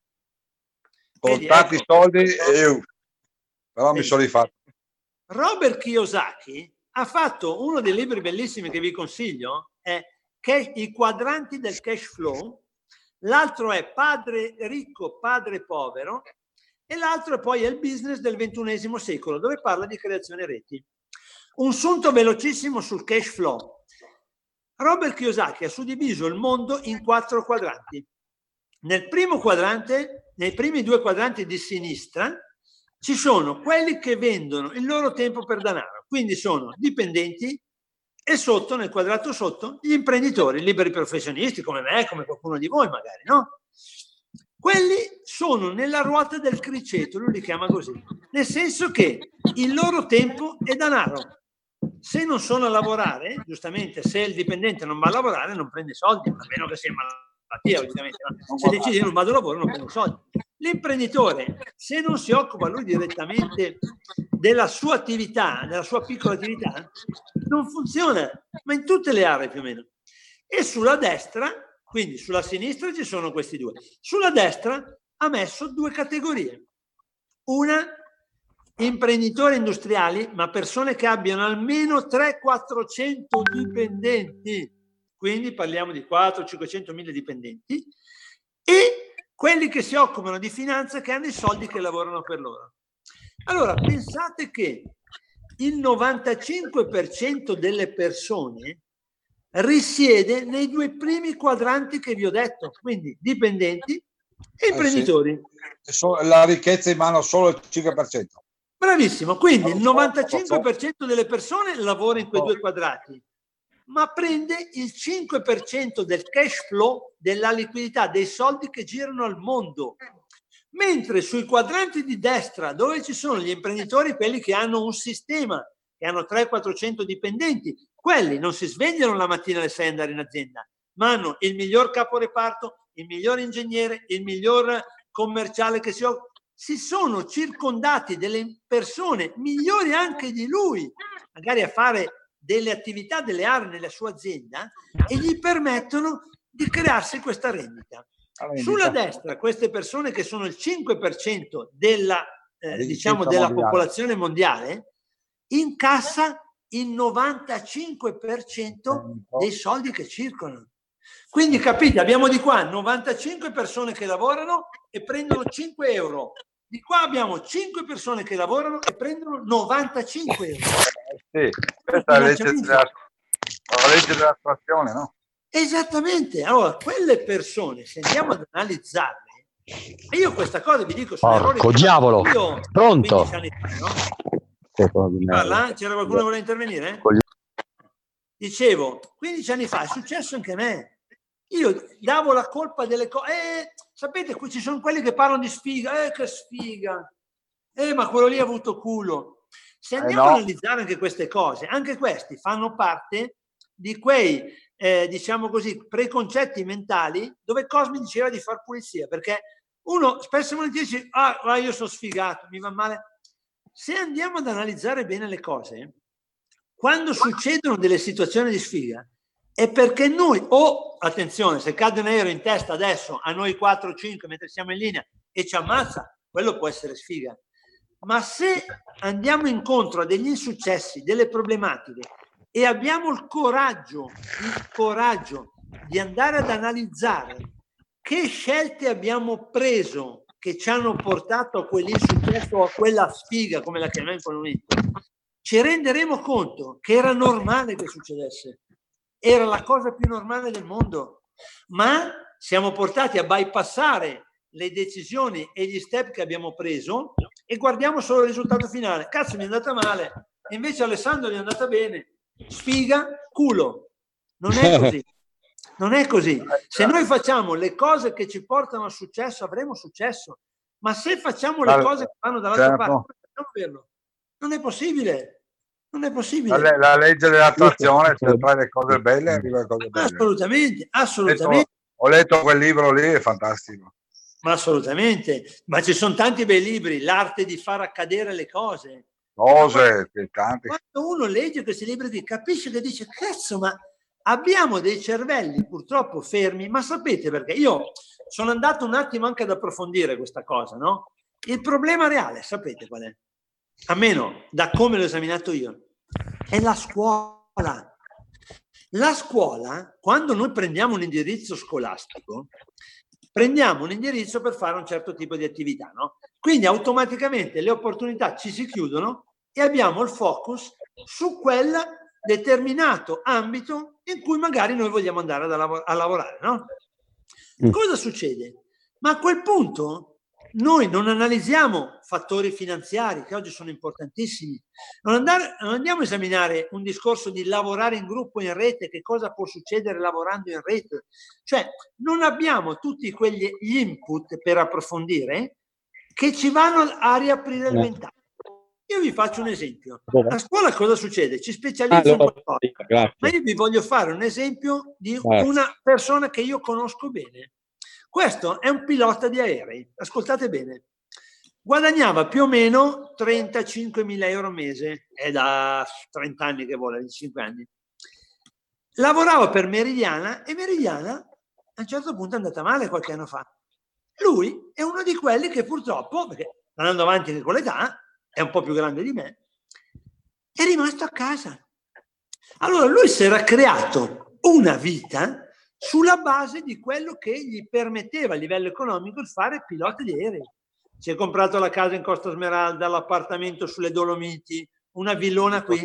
Con Vedi, tanti ecco, soldi e io. Però vedi. mi sono rifatto. Robert Kiyosaki ha fatto uno dei libri bellissimi che vi consiglio, è I quadranti del cash flow, l'altro è Padre ricco, padre povero, e l'altro poi è il business del ventunesimo secolo, dove parla di creazione reti. Un sunto velocissimo sul cash flow. Robert Kiyosaki ha suddiviso il mondo in quattro quadranti. Nel primo quadrante, nei primi due quadranti di sinistra, ci sono quelli che vendono il loro tempo per denaro, quindi sono dipendenti, e sotto, nel quadrato sotto, gli imprenditori, liberi professionisti come me, come qualcuno di voi magari, no? Quelli sono nella ruota del criceto, lui li chiama così, nel senso che il loro tempo è denaro. Se non sono a lavorare, giustamente, se il dipendente non va a lavorare non prende soldi, a meno che sia malattia, ovviamente. No? Se decide non vado a lavoro non prende soldi. L'imprenditore, se non si occupa lui direttamente della sua attività, della sua piccola attività, non funziona, ma in tutte le aree più o meno. E sulla destra, quindi sulla sinistra ci sono questi due. Sulla destra ha messo due categorie. Una, imprenditori industriali, ma persone che abbiano almeno trecento quattrocento dipendenti, quindi parliamo di quattrocento cinquecento mila dipendenti, e quelli che si occupano di finanza, che hanno i soldi che lavorano per loro. Allora, pensate che il novantacinque per cento delle persone risiede nei due primi quadranti che vi ho detto, quindi dipendenti e imprenditori. Eh sì. La ricchezza in mano solo il cinque per cento. Bravissimo, quindi il novantacinque per cento delle persone lavora in quei due quadrati, ma prende il cinque per cento del cash flow, della liquidità, dei soldi che girano al mondo. Mentre sui quadranti di destra, dove ci sono gli imprenditori, quelli che hanno un sistema, che hanno trecento quattrocento dipendenti, quelli non si svegliano la mattina alle sei andare in azienda, ma hanno il miglior caporeparto, il miglior ingegnere, il miglior commerciale che si occupa. Si sono circondati delle persone migliori anche di lui, magari a fare delle attività, delle aree nella sua azienda, e gli permettono di crearsi questa rendita. Sulla destra, queste persone che sono il cinque per cento della, eh, diciamo della popolazione mondiale, incassa il novantacinque per cento dei soldi che circolano. Quindi capite, abbiamo di qua novantacinque persone che lavorano e prendono cinque euro. Di qua abbiamo cinque persone che lavorano e prendono novantacinque euro. Sì, questa è la legge della, la legge dell'attrazione, no? Esattamente. Allora, quelle persone, se andiamo ad analizzarle, e io questa cosa vi dico, sono errori Porco diavolo, io pronto? quindici anni fa, no? Parla? C'era qualcuno che voleva intervenire? Dicevo, quindici anni fa è successo anche a me. Io davo la colpa delle cose. Eh, sapete, qui ci sono quelli che parlano di sfiga. Eh, che sfiga. Eh, ma quello lì ha avuto culo. Se andiamo eh no. a analizzare anche queste cose, anche questi fanno parte di quei, eh, diciamo così, preconcetti mentali dove Cosmi diceva di far pulizia, perché uno spesso e volentieri dice, ah, ah, io sono sfigato, mi va male. Se andiamo ad analizzare bene le cose, quando succedono delle situazioni di sfiga, è perché noi, o oh, attenzione, se cade un aereo in testa adesso a noi quattro o cinque mentre siamo in linea e ci ammazza, quello può essere sfiga. Ma se andiamo incontro a degli insuccessi, delle problematiche, e abbiamo il coraggio, il coraggio di andare ad analizzare che scelte abbiamo preso che ci hanno portato a quell'insuccesso o a quella sfiga, come la chiamiamo in quel momento, ci renderemo conto che era normale che succedesse. Era la cosa più normale del mondo, ma siamo portati a bypassare le decisioni e gli step che abbiamo preso e guardiamo solo il risultato finale. Cazzo, mi è andata male, e invece a Alessandro gli è andata bene. Sfiga, culo. Non è così. Non è così. Se noi facciamo le cose che ci portano al successo, avremo successo. Ma se facciamo le cose che vanno dall'altra parte, non averlo. Non è possibile. Non è possibile. La, la legge dell'attrazione, se fai le cose belle, arriva le cose belle. Assolutamente, assolutamente. Ho letto, ho letto quel libro lì, è fantastico. Ma assolutamente. Ma ci sono tanti bei libri, l'arte di far accadere le cose. Cose, tanti. Quando uno legge questi libri qui, capisce che dice, cazzo, ma abbiamo dei cervelli purtroppo fermi, ma sapete perché? Io sono andato un attimo anche ad approfondire questa cosa, no? Il problema reale, sapete qual è? Almeno da come l'ho esaminato io, è la scuola. La scuola, quando noi prendiamo un indirizzo scolastico, prendiamo un indirizzo per fare un certo tipo di attività, no? Quindi automaticamente le opportunità ci si chiudono e abbiamo il focus su quel determinato ambito in cui magari noi vogliamo andare a, lav- a lavorare, no? Mm. Cosa succede? Ma a quel punto noi non analizziamo fattori finanziari che oggi sono importantissimi, non, andare, non andiamo a esaminare un discorso di lavorare in gruppo, in rete, che cosa può succedere lavorando in rete, cioè non abbiamo tutti quegli input per approfondire che ci vanno a riaprire il ventaglio. Io vi faccio un esempio. A scuola cosa succede? Ci specializzo in qualcosa, ma io vi voglio fare un esempio di una persona che io conosco bene. Questo è un pilota di aerei, ascoltate bene, guadagnava più o meno trentacinquemila euro al mese, è da trenta anni che vola, venticinque anni. Lavorava per Meridiana e Meridiana a un certo punto è andata male qualche anno fa. Lui è uno di quelli che purtroppo, perché andando avanti con l'età, è un po' più grande di me, è rimasto a casa. Allora lui si era creato una vita sulla base di quello che gli permetteva a livello economico il fare pilota di aerei. Si è comprato la casa in Costa Smeralda, l'appartamento sulle Dolomiti, una villona qui.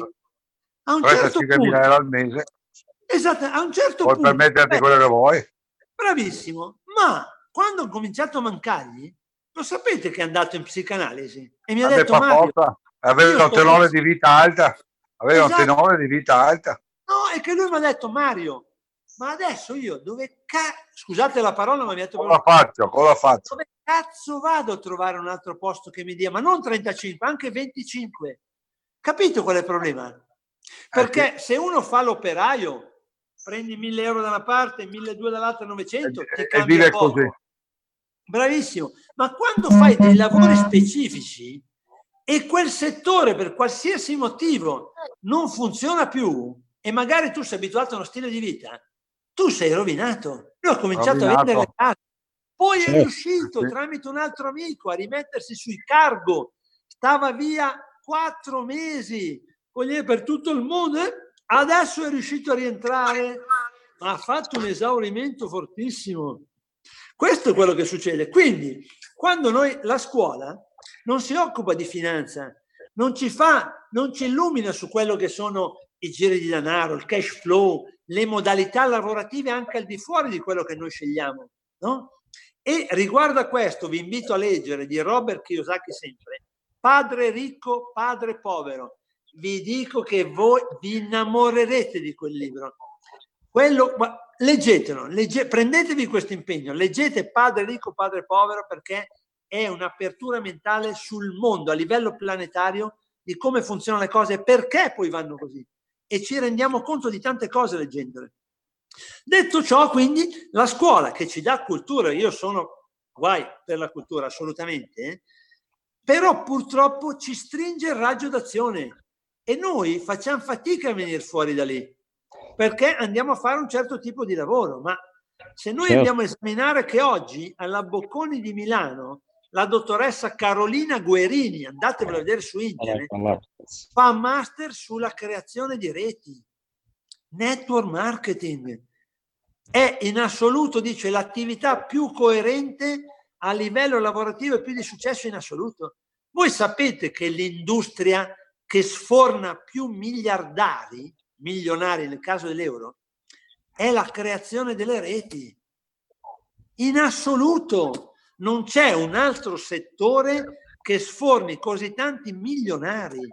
A un certo punto, euro al mese. Esatto, a un certo Puoi punto. permetterti beh, quello che vuoi. Bravissimo, ma quando ho cominciato a mancargli, lo sapete che è andato in psicanalisi e mi ha detto Mario, aveva un tenore di vita alta, aveva esatto. un tenore di vita alta. No, è che lui mi ha detto Mario, ma adesso io dove cazzo, scusate la parola, ma mi ha detto cosa faccio, cosa faccio? Dove cazzo vado a trovare un altro posto che mi dia, ma non trentacinque, anche venticinque. Capito qual è il problema? Perché eh sì. se uno fa l'operaio, prendi mille euro da una parte, milleduecento dall'altra, novecento, ti cambia poco. Così. Bravissimo, ma quando fai dei lavori specifici e quel settore per qualsiasi motivo non funziona più e magari tu sei abituato a uno stile di vita, tu sei rovinato. Lui ha cominciato rovinato. a vendere le case, poi certo. è riuscito sì. tramite un altro amico a rimettersi sui cargo, stava via quattro mesi per tutto il mondo, eh? Adesso è riuscito a rientrare, ma ha fatto un esaurimento fortissimo. Questo è quello che succede. Quindi, quando noi, la scuola non si occupa di finanza, non ci fa, non ci illumina su quello che sono i giri di denaro, il cash flow, le modalità lavorative anche al di fuori di quello che noi scegliamo, no? E riguardo a questo vi invito a leggere di Robert Kiyosaki sempre, Padre ricco, padre povero. Vi dico che voi vi innamorerete di quel libro. Quello, leggetelo, legge, prendetevi questo impegno, leggete Padre ricco, padre povero, perché è un'apertura mentale sul mondo a livello planetario di come funzionano le cose e perché poi vanno così. E ci rendiamo conto di tante cose leggendole. Detto ciò, quindi, la scuola che ci dà cultura, io sono guai per la cultura, assolutamente, eh? Però purtroppo ci stringe il raggio d'azione e noi facciamo fatica a venire fuori da lì, perché andiamo a fare un certo tipo di lavoro, ma se noi certo. andiamo a esaminare che oggi alla Bocconi di Milano la dottoressa Carolina Guerini, andatevelo a vedere su internet, fa master sulla creazione di reti, network marketing, è in assoluto, dice, l'attività più coerente a livello lavorativo e più di successo in assoluto. Voi sapete che l'industria che sforna più miliardari, milionari nel caso dell'euro, è la creazione delle reti. In assoluto non c'è un altro settore che sforni così tanti milionari.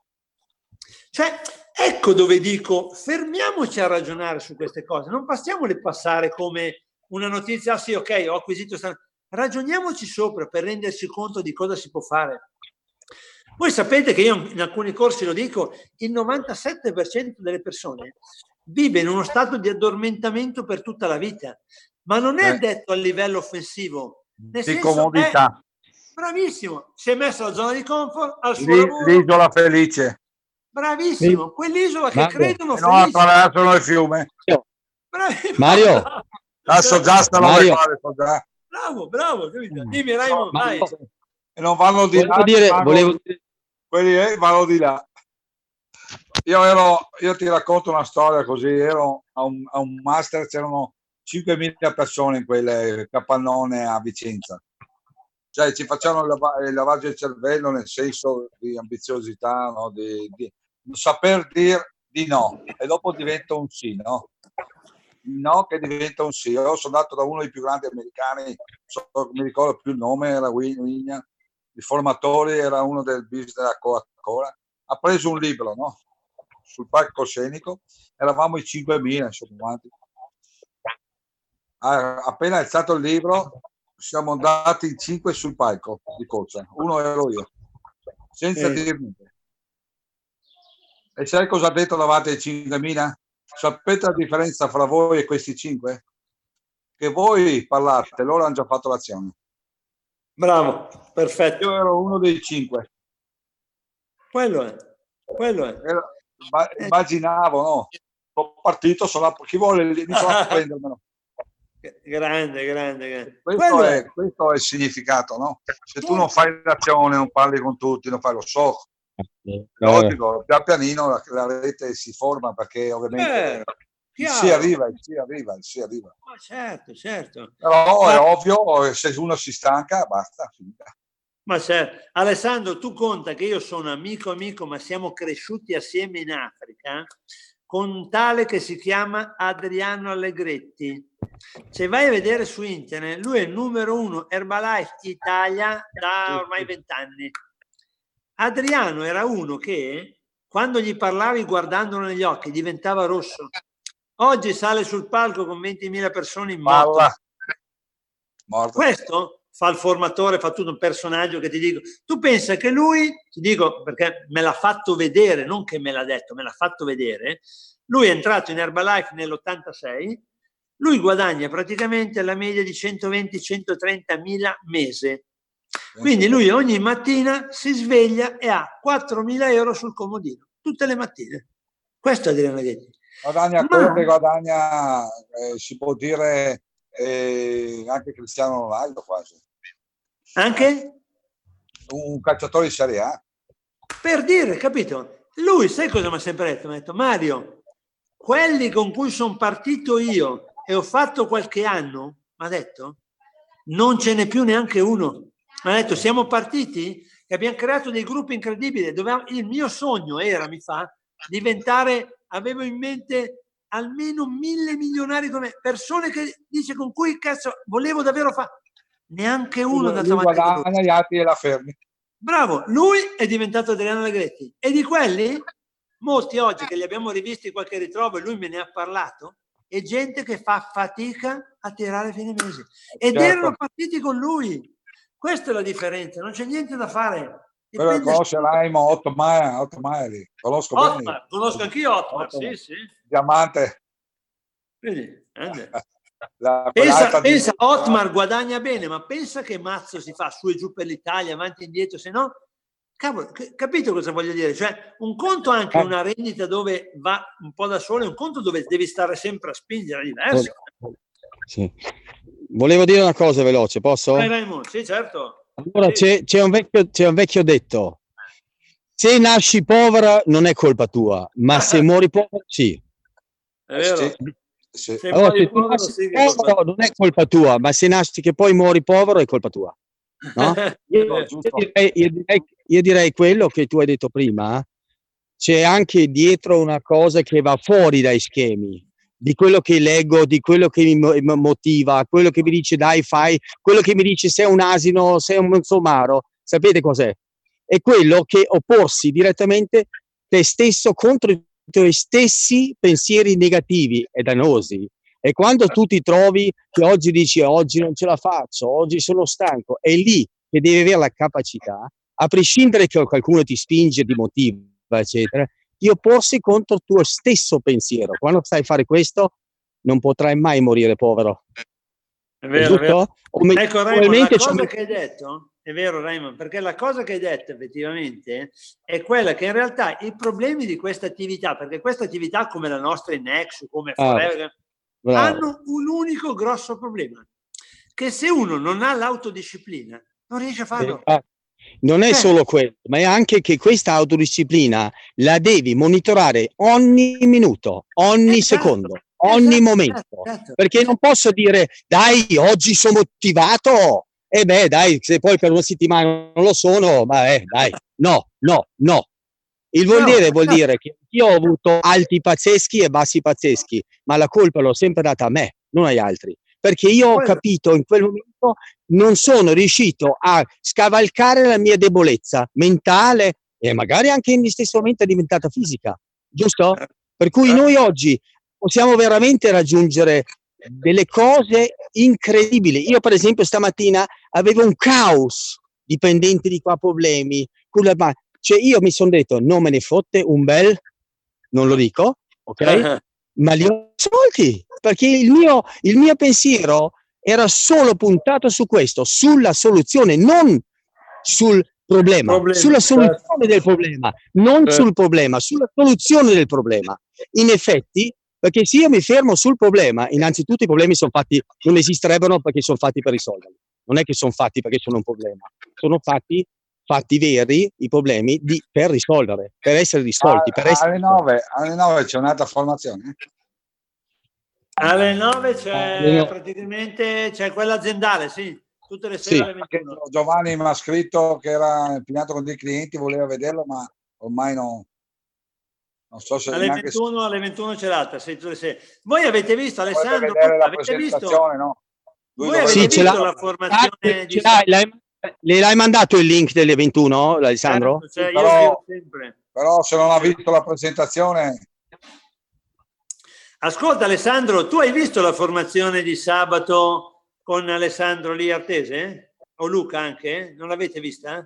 Cioè, ecco dove dico, fermiamoci a ragionare su queste cose, non passiamole passare come una notizia, ah sì, ok, ho acquisito... Ragioniamoci sopra per rendersi conto di cosa si può fare. Voi sapete che io in alcuni corsi lo dico, il novantasette per cento delle persone vive in uno stato di addormentamento per tutta la vita, ma non è eh. detto a livello offensivo. Nel di senso comodità. È, bravissimo, si è messo alla zona di comfort, al suo Lì, lavoro. L'isola felice. Bravissimo, quell'isola che Mario. credono e non attraversano il fiume. Bravissimo. Mario. Adesso già stanno Mario. fare, so già. Bravo, bravo, capito? Dimmi Raimo, vai. E non vanno di volevo là, dire, vanno, volevo... quelli eh, vanno di là. Io ero, io ti racconto una storia così, ero a un, a un master, c'erano cinquemila persone in quel capannone a Vicenza. Cioè ci facciamo il, lava- il lavaggio del cervello nel senso di ambiziosità, no? di, di saper dire di no e dopo diventa un sì, no? No che diventa un sì. Io sono andato da uno dei più grandi americani, so, mi ricordo più il nome, era Wigna, il formatore era uno del business della Coca-Cola, ha preso un libro, no? Sul palcoscenico, eravamo i cinquemila, insomma, quanti. Ha appena alzato il libro, siamo andati in cinque sul palco di corsa, uno ero io, senza Eh. dire niente. E sai cosa ha detto davanti ai cinquemila? Sapete la differenza fra voi e questi cinque? Che voi parlate, loro hanno già fatto l'azione. Bravo, perfetto. Io ero uno dei cinque. Quello è, quello è. Era, ma, immaginavo, no? Sono partito, sono chi vuole inizio a prendermelo. Grande, grande, grande. Questo è, questo è il significato, no? Se tu non fai l'azione, non parli con tutti, non fai lo so. Logico, pian pianino la, la rete si forma perché ovviamente eh, si arriva, si arriva, si arriva. Ma certo, certo. Però ma... è ovvio, se uno si stanca, basta. Ma certo. Alessandro, tu conta che io sono amico amico, ma siamo cresciuti assieme in Africa con un tale che si chiama Adriano Allegretti. Se vai a vedere su internet, lui è il numero uno Herbalife Italia da ormai vent'anni. Adriano era uno che quando gli parlavi guardandolo negli occhi diventava rosso. Oggi sale sul palco con ventimila persone in moto. Morto. Questo fa il formatore, fa tutto un personaggio che ti dico. Tu pensa che lui, ti dico perché me l'ha fatto vedere, non che me l'ha detto, me l'ha fatto vedere. Lui è entrato in Herbalife nell'ottantasei. Lui guadagna praticamente la media di centoventi centotrenta mila mese. Quindi lui ogni mattina si sveglia e ha quattromila euro sul comodino, tutte le mattine. Questo è Adriano Allegretti. Guadagna Ma... quello che guadagna, eh, si può dire, eh, anche Cristiano Ronaldo quasi. Anche? Un calciatore di Serie A. Per dire, capito? Lui, sai cosa mi ha sempre detto? Mi ha detto, Mario, quelli con cui sono partito io e ho fatto qualche anno, mi ha detto, non ce n'è più neanche uno. Mi ha detto, siamo partiti e abbiamo creato dei gruppi incredibili dove il mio sogno era, mi fa, diventare, avevo in mente almeno mille milionari come persone che dice con cui cazzo volevo davvero fare. Neanche uno da guadagna, gli altri e la fermi. Bravo, lui è diventato Adriano Allegretti e di quelli, molti oggi che li abbiamo rivisti qualche ritrovo e lui me ne ha parlato, è gente che fa fatica a tirare fine mese ed certo. Erano partiti con lui. Questa è la differenza, non c'è niente da fare. Però conosce Raimo Ottomar, Ottomar, conosco Ottomar, bene. Conosco anch'io Ottomar, Ottomar. Sì, sì. Diamante. Vedi, ande. La, pensa, pensa di... Otmar guadagna bene, ma pensa che mazzo si fa su e giù per l'Italia, avanti e indietro, se no, cavolo, capito cosa voglio dire? Cioè, un conto anche una rendita dove va un po' da solo, un conto dove devi stare sempre a spingere, è diverso. Sì. Volevo dire una cosa veloce, posso? Vai, Raimo, sì, certo. Allora, sì. C'è, c'è, un vecchio, c'è un vecchio detto, se nasci povera non è colpa tua, ma se muori povera sì. È vero. Sì. Sì. Se allora, muori se povero, nasci sì che povero colpa... non è colpa tua, ma se nasci che poi muori povero è colpa tua. No? io, io, direi, io, direi, io direi quello che tu hai detto prima, c'è anche dietro una cosa che va fuori dai schemi, di quello che leggo, di quello che mi motiva, quello che mi dice dai fai, quello che mi dice sei un asino, sei un somaro, sapete cos'è? È quello che opporsi direttamente te stesso contro i tuoi stessi pensieri negativi e dannosi. E quando tu ti trovi che oggi dici oggi non ce la faccio, oggi sono stanco, è lì che devi avere la capacità, a prescindere che qualcuno ti spinge, ti motiva, eccetera, di opporsi contro il tuo stesso pensiero. Quando sai fare questo non potrai mai morire povero. È vero, è vero. Me- ecco Raymond, la cosa che hai detto è vero Raymond, perché la cosa che hai detto effettivamente è quella che in realtà i problemi di questa attività, perché questa attività come la nostra in Nexus, come Forever, ah, bravo. hanno un unico grosso problema, che se uno non ha l'autodisciplina non riesce a farlo. Eh, non è eh. solo quello, ma è anche che questa autodisciplina la devi monitorare ogni minuto, ogni esatto. secondo. ogni Esatto, momento, certo, certo. perché non posso dire dai oggi sono motivato e beh dai se poi per una settimana non lo sono, ma eh, dai no no no, il vuol No, dire vuol certo. dire che io ho avuto alti pazzeschi e bassi pazzeschi, ma la colpa l'ho sempre data a me, non agli altri, perché io ho Quello. capito in quel momento non sono riuscito a scavalcare la mia debolezza mentale e magari anche in stesso momento è diventata fisica, giusto? Per cui noi oggi possiamo veramente raggiungere delle cose incredibili. Io per esempio stamattina avevo un caos dipendenti di qua problemi, cioè io mi sono detto non me ne fotte un bel, non lo dico, ok? Ma li ho risolti perché il mio, il mio pensiero era solo puntato su questo, sulla soluzione, non sul problema, Problema, sulla soluzione certo. del problema, non Certo. sul problema, sulla soluzione del problema. In effetti, perché se io mi fermo sul problema, innanzitutto i problemi sono fatti, non esisterebbero perché sono fatti per risolverli. Non è che sono fatti perché sono un problema, sono fatti fatti veri i problemi di, per risolvere, per essere risolti. Per essere alle nove, alle nove c'è un'altra formazione. Alle nove c'è Alle no- praticamente c'è quella aziendale, sì, tutte le sere Sì. alle ventuno. Giovanni mi ha scritto che era impegnato con dei clienti, voleva vederlo, ma ormai no, non so se Alle neanche ventuno, alle ventuno c'è l'altra, sì, tutte le sere. Voi avete visto, se volete Alessandro, vedere la avete visto, presentazione, no? Lui voi dovrebbe avete Sì, ce visto l'ha. la formazione di Ce l'hai, l'hai, le l'hai mandato il link delle ventuno, Alessandro? Certo, cioè, io però, scrivo sempre. però se non ha visto la presentazione, Ascolta Alessandro, tu hai visto la formazione di sabato con Alessandro lì Artese? O Luca anche? Non l'avete vista?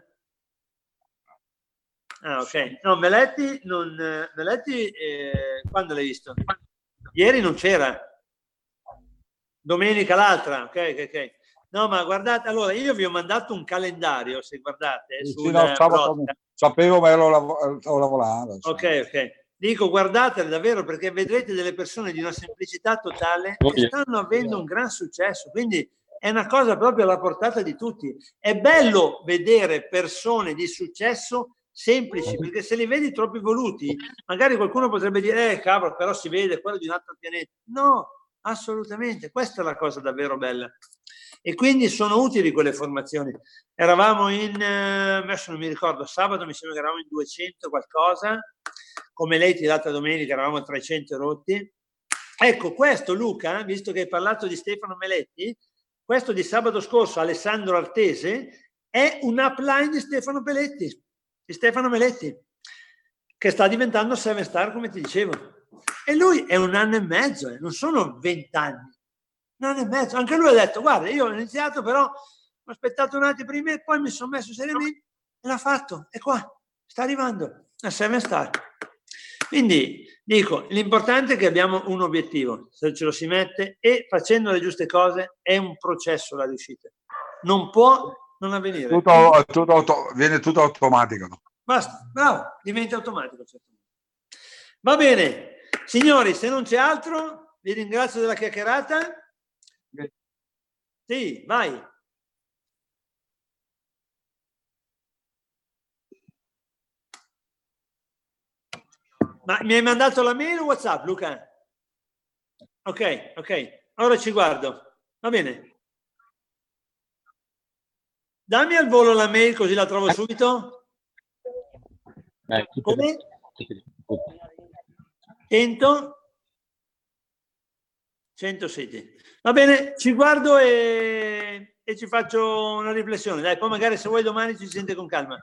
Ah, ok. No, Meletti, non, Meletti eh, quando l'hai visto? Ieri non c'era. Domenica l'altra, ok, ok, ok. No, ma guardate, allora io vi ho mandato un calendario, se guardate, sì, sul no, sabato blog. sapevo, ma ero, lav- ero lavorato. Ok, ok. Dico, guardatele davvero perché vedrete delle persone di una semplicità totale che stanno avendo un gran successo. Quindi è una cosa proprio alla portata di tutti. È bello vedere persone di successo semplici, perché se li vedi troppo evoluti, magari qualcuno potrebbe dire, eh cavolo, però si vede quello di un altro pianeta. No, assolutamente. Questa è la cosa davvero bella. E quindi sono utili quelle formazioni. Eravamo in, eh, adesso non mi ricordo, sabato mi sembra che eravamo in duecento qualcosa, come lei l'altra domenica eravamo a trecento rotti. Ecco, questo Luca, visto che hai parlato di Stefano Meletti, questo di sabato scorso, Alessandro Artese, è un upline di Stefano Meletti, di Stefano Meletti, che sta diventando seven star, come ti dicevo. E lui è un anno e mezzo, eh, non sono vent'anni, un anno e mezzo. Anche lui ha detto, guarda, io ho iniziato, però ho aspettato un attimo prima e poi mi sono messo seriamente e l'ha fatto. E qua, sta arrivando a seven star. Quindi dico, l'importante è che abbiamo un obiettivo, se ce lo si mette, e facendo le giuste cose è un processo la riuscita. Non può non avvenire. Tutto, tutto auto, viene tutto automatico. Basta, bravo, diventa automatico. Certo. Va bene, signori, se non c'è altro, vi ringrazio della chiacchierata. Sì, vai. Ma mi hai mandato la mail o WhatsApp, Luca? Ok, ok. Ora ci guardo. Va bene. Dammi al volo la mail così la trovo subito. Come? cento? centosette. Va bene, ci guardo e, e ci faccio una riflessione. Dai, poi magari se vuoi domani ci si sente con calma.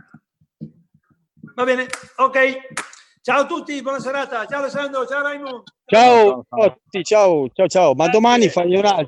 Va bene, ok. Ciao a tutti, buona serata. Ciao Alessandro, ciao Raimo. Ciao a tutti, ciao, ciao, ciao. Ma domani fai un altro.